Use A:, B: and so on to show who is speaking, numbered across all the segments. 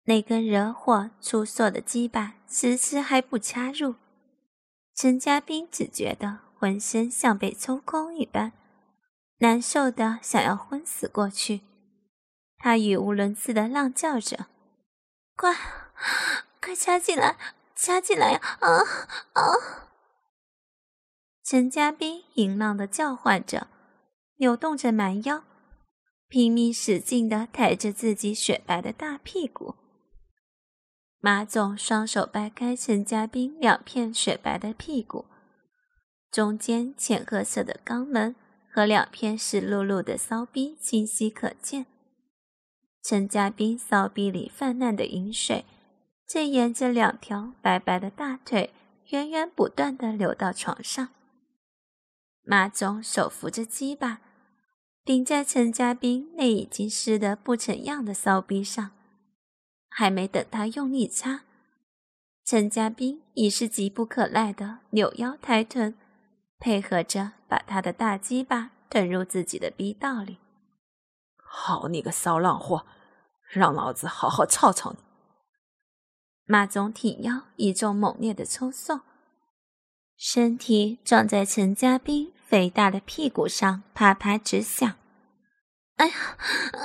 A: 那根惹火出售的鸡巴迟迟还不插入，陈家斌只觉得浑身像被抽空一般，难受的想要昏死过去。他语无伦次地浪叫着：“快插进来，插进来呀！啊！”陈家斌淫浪地叫唤着，扭动着蛮腰，拼命使劲地抬着自己雪白的大屁股。马总双手掰开陈家斌2片雪白的屁股，中间浅褐色的肛门和2片湿漉漉的骚逼清晰可见。陈家斌骚逼里泛滥的淫水正沿着2条白白的大腿源源不断地流到床上。马总手扶着鸡巴，顶在陈家斌那已经湿得不成样的骚逼上，还没等他用力插，陈家斌已是急不可耐的扭腰抬臀，配合着把他的大鸡巴吞入自己的逼道里。
B: 好你个骚浪货，让老子好好操操你！
A: 马总挺腰一阵猛烈的抽送，身体撞在陈家斌肥大的屁股上，啪啪直响。哎呀，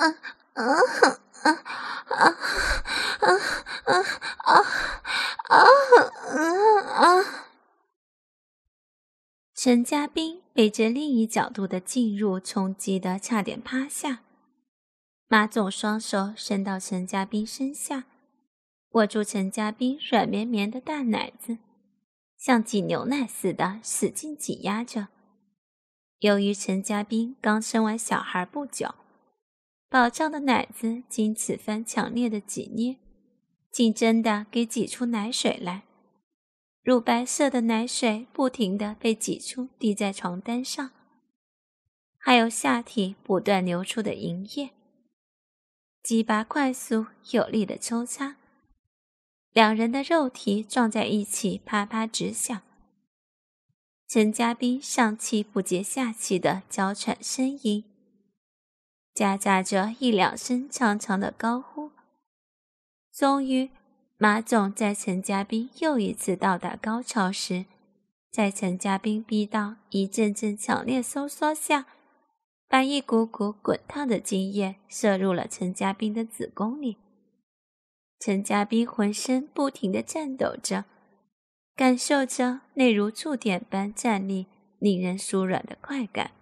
A: 陈家斌被这另一角度的进入冲击得差点趴下。马总双手伸到陈家斌身下，握住陈家斌软绵绵的大奶子，像挤牛奶似的使劲挤压着。由于陈家斌刚生完小孩不久，饱胀的奶子经此番强烈的挤捏，竟真的给挤出奶水来。乳白色的奶水不停地被挤出，滴在床单上，还有下体不断流出的淫液。鸡巴快速有力的抽插，2人的肉体撞在一起，啪啪直响。陈家斌上气不接下气的娇喘呻吟，夹杂着1、2声长长的高呼。终于，马总在陈家斌又一次到达高潮时，在陈家斌逼到一阵阵强烈收缩下，把一股股滚烫的精液射入了陈家斌的子宫里。陈家斌浑身不停地颤抖着，感受着那如触点般站立、令人酥软的快感。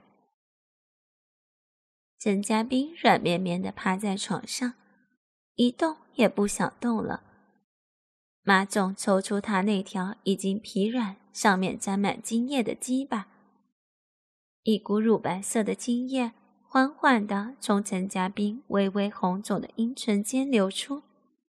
A: 陈家斌软绵绵地趴在床上，一动也不想动了。马总抽出他那条已经疲软、上面沾满精液的鸡巴，一股乳白色的精液缓缓地从陈家斌微微红肿的阴唇间流出。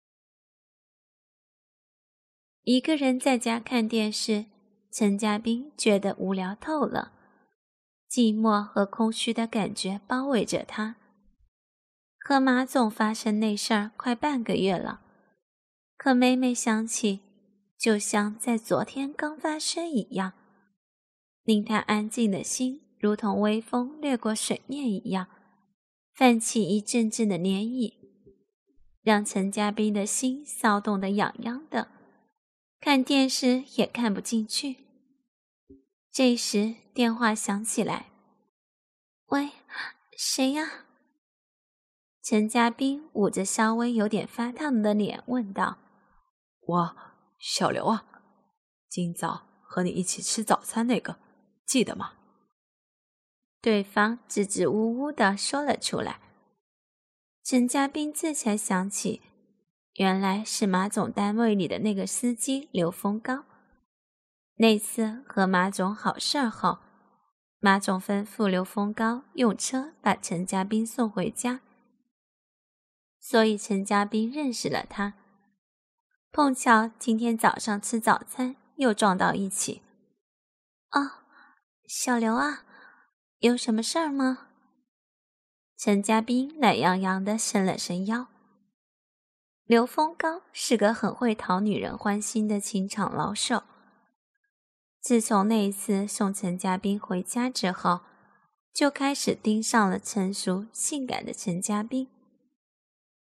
A: 一个人在家看电视，陈家斌觉得无聊透了，寂寞和空虚的感觉包围着他。和马总发生那事儿快半个月了，可每每想起，就像在昨天刚发生一样，令他安静的心如同微风掠过水面一样，泛起一阵阵的涟漪，让陈家斌的心骚动得痒痒的，看电视也看不进去。这时电话响起来，喂，谁呀？陈家斌捂着稍微有点发烫的脸问道。
B: 小刘啊，今早和你一起吃早餐那个，记得吗？
A: 对方支支吾吾地说了出来。陈家斌这才想起，原来是马总单位里的那个司机刘峰高。那次和马总好事后，马总吩咐刘峰高用车把陈家斌送回家，所以陈家斌认识了他。碰巧今天早上吃早餐又撞到一起。哦，小刘啊，有什么事儿吗？陈家斌懒洋洋地伸了伸腰。刘峰高是个很会讨女人欢心的情场老手。自从那一次送陈家斌回家之后，就开始盯上了成熟性感的陈家斌。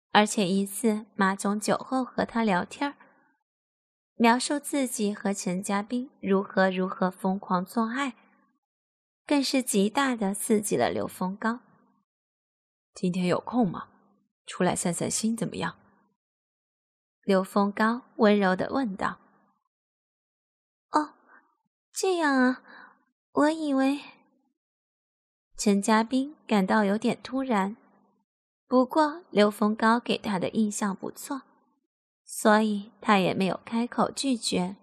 A: 而且疑似马总酒后和他聊天，描述自己和陈家斌如何疯狂做爱，更是极大的刺激了刘峰高。
B: 今天有空吗？出来散散心怎么样？
A: 刘峰高温柔地问道。哦，这样啊，我以为……陈家斌感到有点突然，不过刘峰高给他的印象不错，所以他也没有开口拒绝。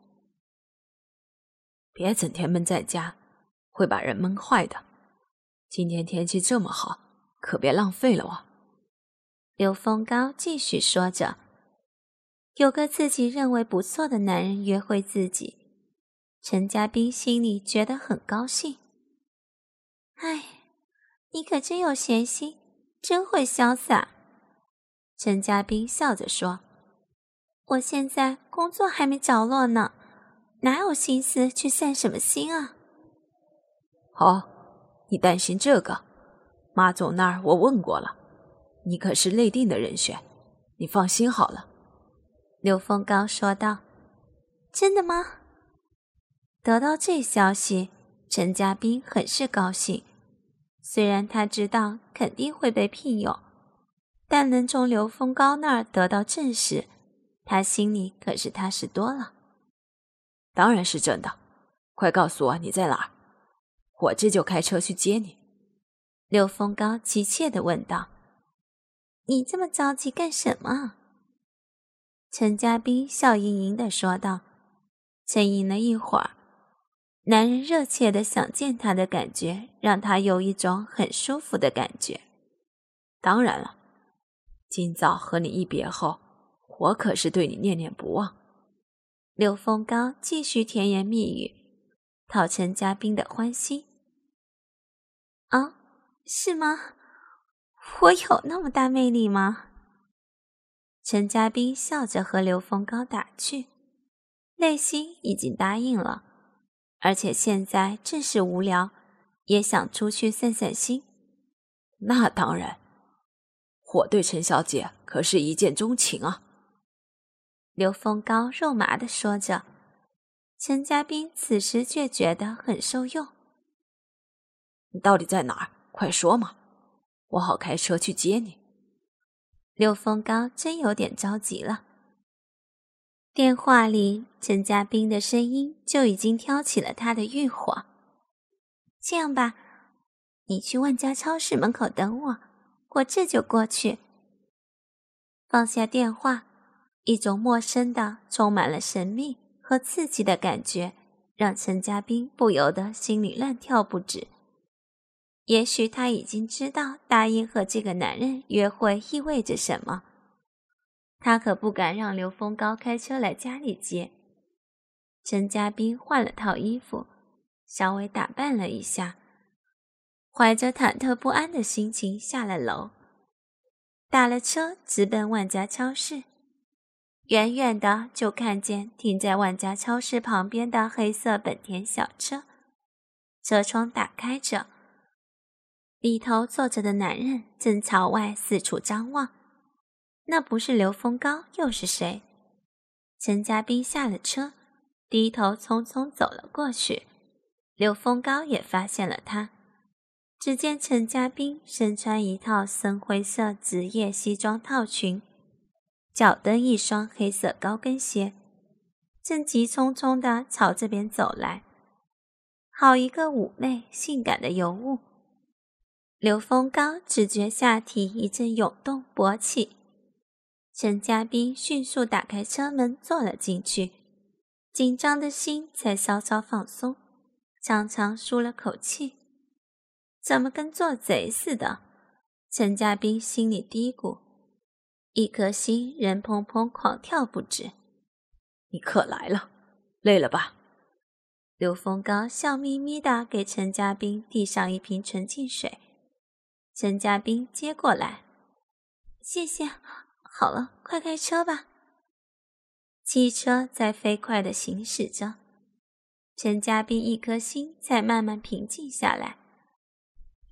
B: 别整天闷在家，会把人闷坏的。今天天气这么好，可别浪费了哦。
A: 刘峰高继续说着，有个自己认为不错的男人约会自己，陈家斌心里觉得很高兴。哎，你可真有闲心，真会潇洒。陈家斌笑着说，我现在工作还没着落呢，哪有心思去散什么心啊？
B: 哦，你担心这个？马总那儿我问过了，你可是内定的人选，你放心好了。
A: 刘峰高说道。真的吗？得到这消息，陈家斌很是高兴。虽然他知道肯定会被聘用，但能从刘峰高那儿得到证实，他心里可是踏实多了。
B: 当然是真的，快告诉我你在哪儿，我这就开车去接你。
A: 刘峰高急切地问道。你这么着急干什么？陈家斌笑盈盈地说道。沉吟了一会儿，男人热切地想见他的感觉让他有一种很舒服的感觉。
B: 当然了，今早和你一别后，我可是对你念念不忘。
A: 刘峰高继续甜言蜜语，讨陈家斌的欢心。啊，是吗？我有那么大魅力吗？陈家斌笑着和刘峰高打趣，内心已经答应了，而且现在正是无聊，也想出去散散心。
B: 那当然，我对陈小姐可是一见钟情啊。
A: 刘峰高肉麻地说着，陈家斌此时却觉得很受用。
B: 你到底在哪儿？快说嘛，我好开车去接你。
A: 刘峰高真有点着急了。电话里，陈家斌的声音就已经挑起了他的欲火。这样吧，你去万家超市门口等我，我这就过去。放下电话，一种陌生的、充满了神秘和刺激的感觉，让陈家斌不由得心里乱跳不止。也许他已经知道答应和这个男人约会意味着什么，他可不敢让刘峰高开车来家里接。陈家斌换了套衣服，稍微打扮了一下，怀着忐忑不安的心情下了楼，打了车直奔万家超市。远远的就看见停在万家超市旁边的黑色本田小车，车窗打开着，里头坐着的男人正朝外四处张望。那不是刘峰高又是谁？陈家斌下了车，低头匆匆走了过去。刘峰高也发现了他，只见陈家斌身穿一套深灰色职业西装套裙，脚蹬一双黑色高跟鞋，正急匆匆地朝这边走来，好一个妩媚性感的尤物。刘峰高只觉下体一阵涌动勃起，陈家斌迅速打开车门坐了进去，紧张的心才稍稍放松，长长舒了口气。怎么跟做贼似的？陈家斌心里嘀咕，一颗心人砰砰狂跳不止。
B: 你可来了，累了吧？
A: 刘峰高笑眯眯地给陈家斌递上一瓶纯净水。陈家斌接过来，谢谢，好了，快开车吧。汽车在飞快地行驶着，陈家斌一颗心才慢慢平静下来。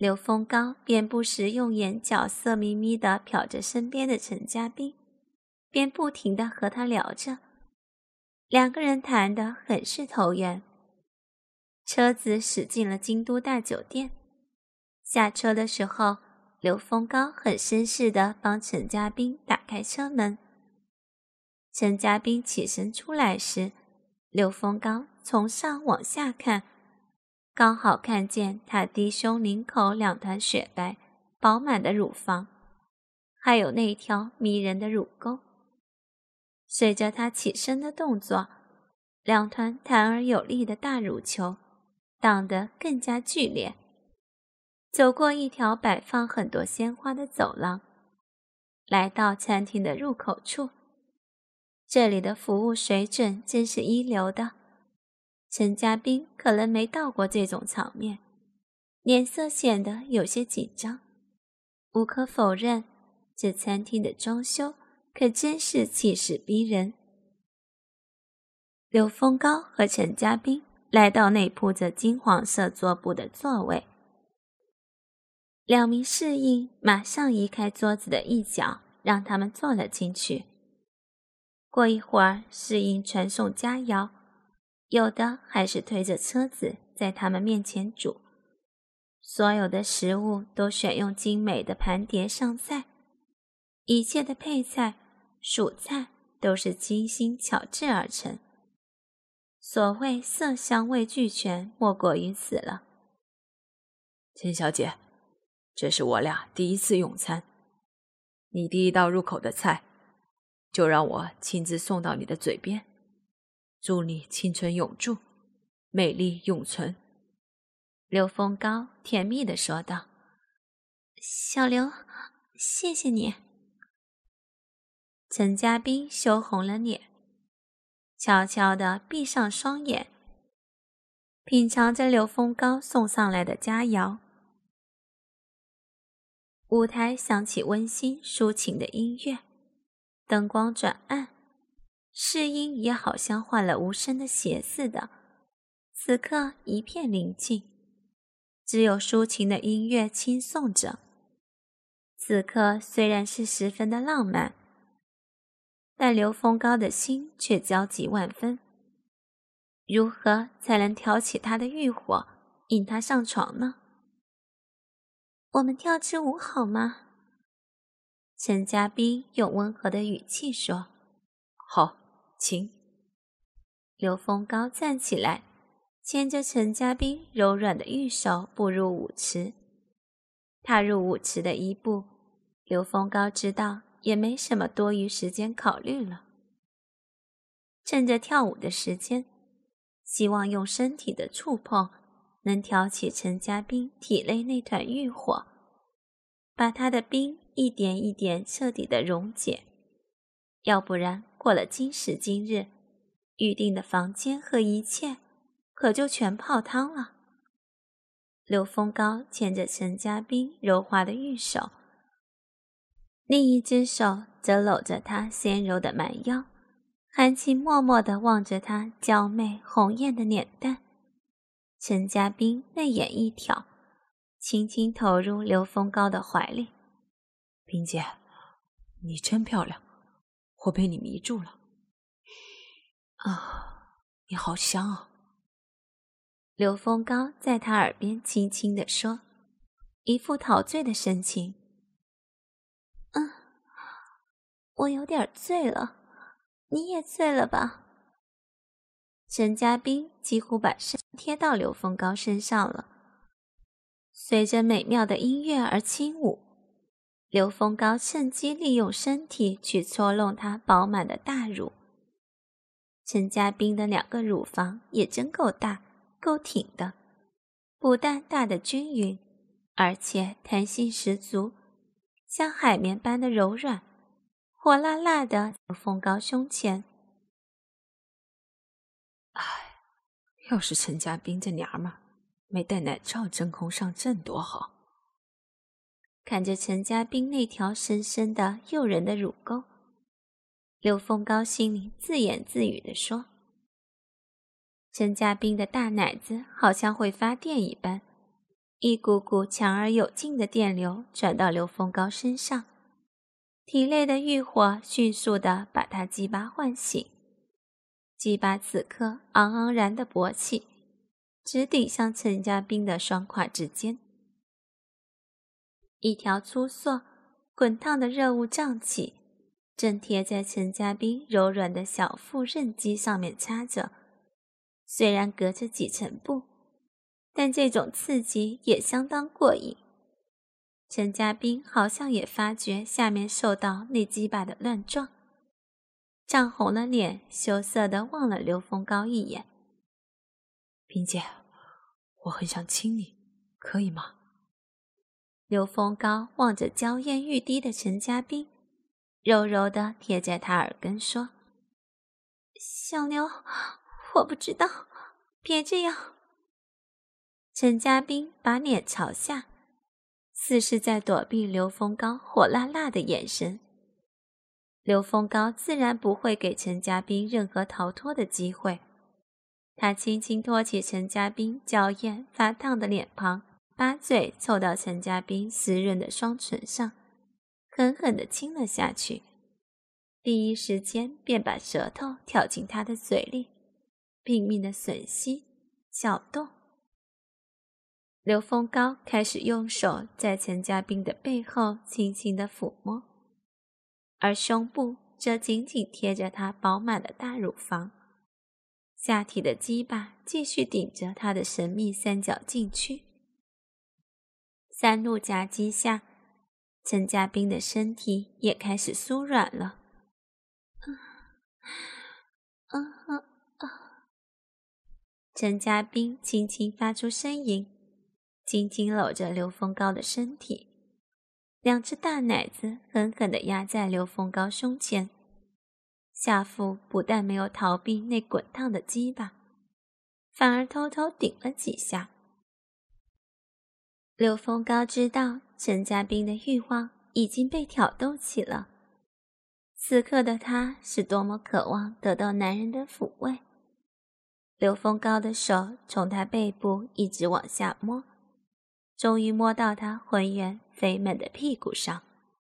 A: 刘峰高便不时用眼角色眯眯地瞟着身边的陈家斌，便不停地和他聊着，两个人谈得很是投缘。车子驶进了京都大酒店，下车的时候，刘峰高很绅士地帮陈家斌打开车门。陈家斌起身出来时，刘峰高从上往下看，刚好看见他低胸领口两团雪白饱满的乳房，还有那条迷人的乳沟。随着他起身的动作，两团弹而有力的大乳球荡得更加剧烈。走过一条摆放很多鲜花的走廊，来到餐厅的入口处。这里的服务水准真是一流的，陈家斌可能没到过这种场面，脸色显得有些紧张。无可否认，这餐厅的装修可真是气势逼人。刘峰高和陈家斌来到那铺着金黄色桌布的座位，两名侍应马上移开桌子的一角，让他们坐了进去。过一会儿，侍应传送佳肴，有的还是推着车子在他们面前煮。所有的食物都选用精美的盘碟上菜，一切的配菜、蔬菜都是精心巧制而成。所谓色香味俱全，莫过于此了。
B: 陈小姐，这是我俩第一次用餐，你第一道入口的菜就让我亲自送到你的嘴边，祝你青春永驻，美丽永存。
A: 刘峰高甜蜜地说道。小刘，谢谢你。陈家斌羞红了脸，悄悄地闭上双眼，品尝着刘峰高送上来的佳肴。舞台响起温馨抒情的音乐，灯光转暗，试音也好像换了无声的鞋似的，此刻一片宁静，只有抒情的音乐轻颂着。此刻虽然是十分的浪漫，但刘峰高的心却焦急万分。如何才能挑起他的欲火，引他上床呢？我们跳支舞好吗？陈家斌用温和的语气说。
B: 好，请。
A: 刘峰高站起来，牵着陈家斌柔软的玉手步入舞池。踏入舞池的一步，刘峰高知道也没什么多余时间考虑了。趁着跳舞的时间，希望用身体的触碰能挑起陈家斌体内那团欲火，把他的冰一点一点彻底的溶解。要不然过了今时今日，预定的房间和一切可就全泡汤了。刘峰高牵着陈家斌柔滑的玉手，另一只手则搂着他纤柔的蛮腰，含情脉脉地望着他娇媚红艳的脸蛋。陈家斌泪眼一挑，轻轻投入刘峰高的怀里。
B: 冰姐，你真漂亮，我被你迷住了。啊，你好香啊。
A: 刘峰高在他耳边轻轻地说，一副陶醉的神情。我有点醉了，你也醉了吧？陈家斌几乎把身贴到刘峰高身上了，随着美妙的音乐而轻舞。刘峰高趁机利用身体去搓弄他饱满的大乳。陈家斌的两个乳房也真够大够挺的，不但大得均匀，而且弹性十足，像海绵般的柔软，火辣辣的峰高胸前。
B: 要是陈家斌这娘们没带奶罩真空上阵多好。
A: 看着陈家斌那条深深的诱人的乳沟，刘峰高心里自言自语地说。陈家斌的大奶子好像会发电一般， 一股股强而有劲的电流转到刘风高身上，体内的欲火迅速地把他鸡巴唤醒。鸡巴此刻昂昂然地勃起，直顶向陈家斌的双胯之间。一条粗硕滚烫的热雾胀起，正贴在陈家斌柔软的小腹刃肌上面插着。虽然隔着几层布，但这种刺激也相当过瘾。陈家斌好像也发觉下面受到那鸡巴的乱撞，涨红了脸，羞涩地望了刘风高一眼。
B: 冰姐，我很想亲你，可以吗？
A: 刘风高望着娇艳欲滴的陈家斌，柔柔地贴在他耳根说：小刘，我不知道，别这样。陈家斌把脸朝下，似是在躲避刘风高火辣辣的眼神。刘风高自然不会给陈家斌任何逃脱的机会，他轻轻托起陈家斌娇艳发烫的脸庞，把嘴凑到陈家斌湿润的双唇上，狠狠地亲了下去。第一时间便把舌头挑进他的嘴里，拼命地吮吸搅动。刘风高开始用手在陈家斌的背后轻轻地抚摸，而胸部则紧紧贴着他饱满的大乳房，下体的鸡巴继续顶着他的神秘三角禁区。三路夹击下，陈家斌的身体也开始酥软了。陈家斌轻轻发出呻吟，紧紧搂着刘风高的身体，两只大奶子狠狠地压在刘风高胸前，下腹不但没有逃避那滚烫的鸡巴，反而偷偷顶了几下。刘风高知道陈家斌的欲望已经被挑逗起了，此刻的他是多么渴望得到男人的抚慰。刘风高的手从他背部一直往下摸，终于摸到他浑圆肥美的屁股上。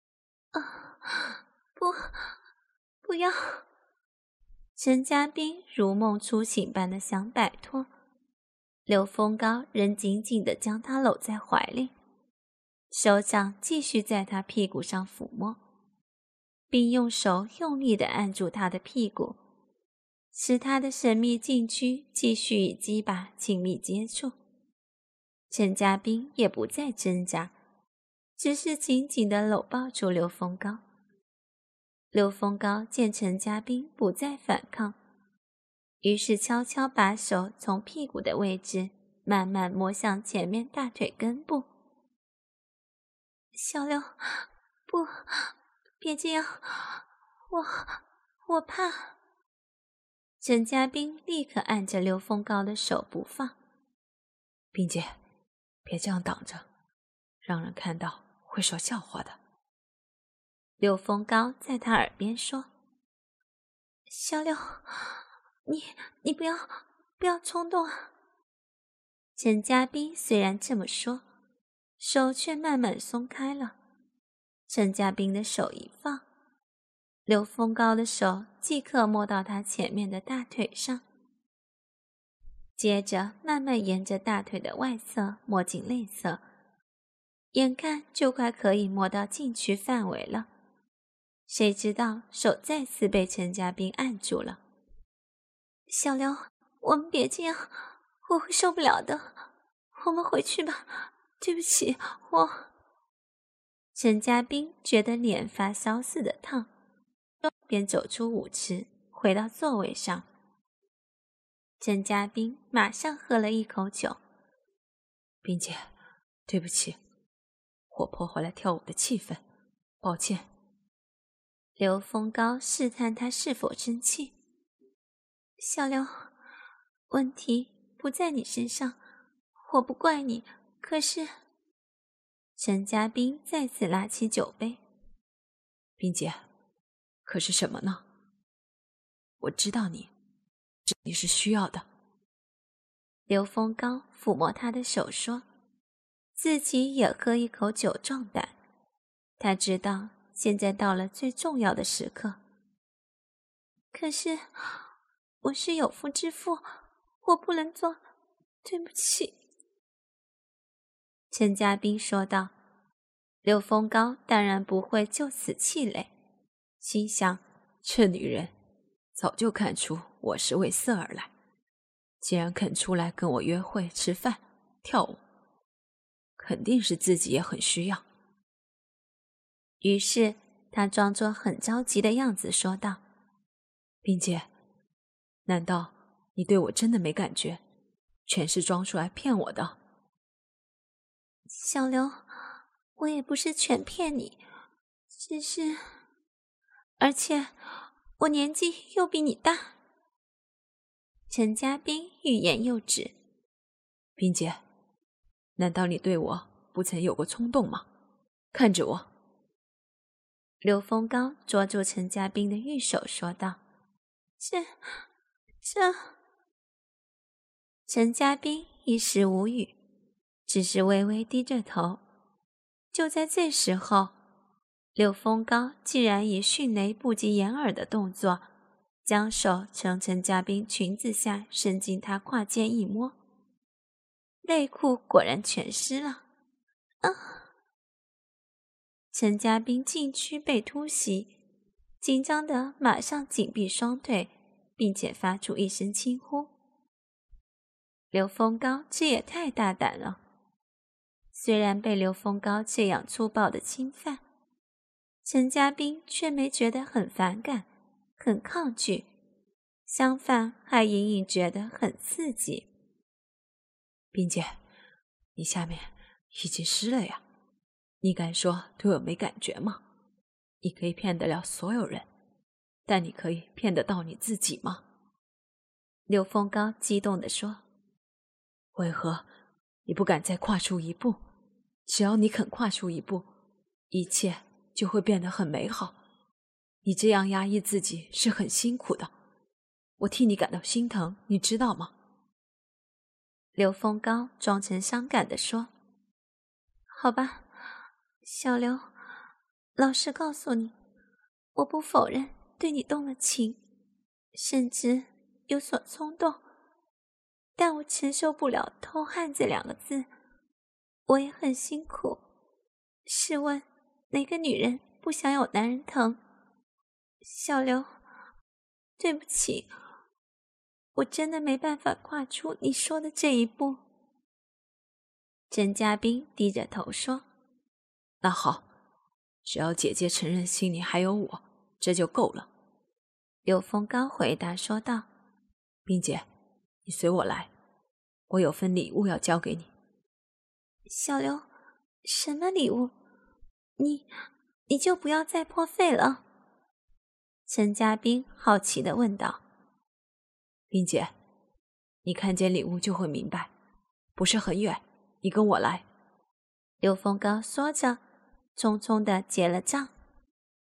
A: 不要！陈家斌如梦初醒般的想摆脱，刘风高仍紧紧地将他搂在怀里，手掌继续在他屁股上抚摸，并用手用力地按住他的屁股，使他的神秘禁区继续与鸡巴亲密接触。陈家斌也不再挣扎，只是紧紧地搂抱住刘风高。刘风高见陈家斌不再反抗，于是悄悄把手从屁股的位置慢慢摸向前面大腿根部。小刘，不，别这样，我怕。陈家斌立刻按着刘风高的手不放。
B: 冰姐，别这样挡着，让人看到会说笑话的。
A: 刘风高在他耳边说：小刘，你不要冲动啊。陈家斌虽然这么说，手却慢慢松开了。陈家斌的手一放，刘风高的手即刻摸到他前面的大腿上，接着慢慢沿着大腿的外侧摸进内侧，眼看就快可以摸到禁区范围了。谁知道手再次被陈家斌按住了。小刘，我们别这样，我会受不了的，我们回去吧，对不起，陈家斌觉得脸发烧似的烫，便走出舞池，回到座位上。陈家斌马上喝了一口酒。
B: 冰姐，对不起，我破坏了跳舞的气氛，抱歉。
A: 刘风高试探他是否生气。小刘，问题不在你身上，我不怪你，可是……陈家斌再次拿起酒杯。
B: 冰姐，可是什么呢？我知道你是需要的。
A: 刘风高抚摸他的手说。 自己也喝一口酒壮胆。他知道现在到了最重要的时刻。可是我是有妇之夫，我不能做，对不起。陈家斌说道。刘风高当然不会就此气馁，心想
B: 这女人早就看出我是为色而来，既然肯出来跟我约会、吃饭、跳舞，肯定是自己也很需要。
A: 于是他装作很着急的样子说道：
B: 冰姐，难道你对我真的没感觉，全是装出来骗我的？
A: 小刘，我也不是全骗你，只是……而且我年纪又比你大。陈家斌欲言又止。
B: 冰姐，难道你对我不曾有过冲动吗？看着我。
A: 刘风高捉住陈家斌的玉手说道：这……陈家斌一时无语，只是微微低着头。就在这时候，刘风高竟然以迅雷不及掩耳的动作，将手从陈家斌裙子下伸进他胯间一摸，内裤果然全湿了。陈家斌禁区被突袭，紧张的马上紧闭双腿，并且发出一声轻呼。刘风高这也太大胆了。虽然被刘风高这样粗暴的侵犯，陈家斌却没觉得很反感、很抗拒，相反还隐隐觉得很刺激。
B: 冰姐，你下面已经湿了呀，你敢说对我没感觉吗？你可以骗得了所有人，但你可以骗得到你自己吗？
A: 刘风高激动地说。
B: 为何你不敢再跨出一步？只要你肯跨出一步，一切就会变得很美好。你这样压抑自己是很辛苦的，我替你感到心疼，你知道吗？
A: 刘风高装成伤感地说。好吧，小刘，老实告诉你，我不否认对你动了情，甚至有所冲动，但我承受不了偷汉这2个字，我也很辛苦。试问哪个女人不想有男人疼？小刘，对不起，我真的没办法跨出你说的这一步。陈家斌低着头说。
B: 那好，只要姐姐承认心里还有我，这就够了。
A: 刘风高回答说道。
B: 冰姐，你随我来，我有份礼物要交给你。
A: 小刘，什么礼物？你就不要再破费了。陈家斌好奇地问道。
B: 冰姐，你看见礼物就会明白，不是很远，你跟我来。
A: 刘风高说着，匆匆地结了账。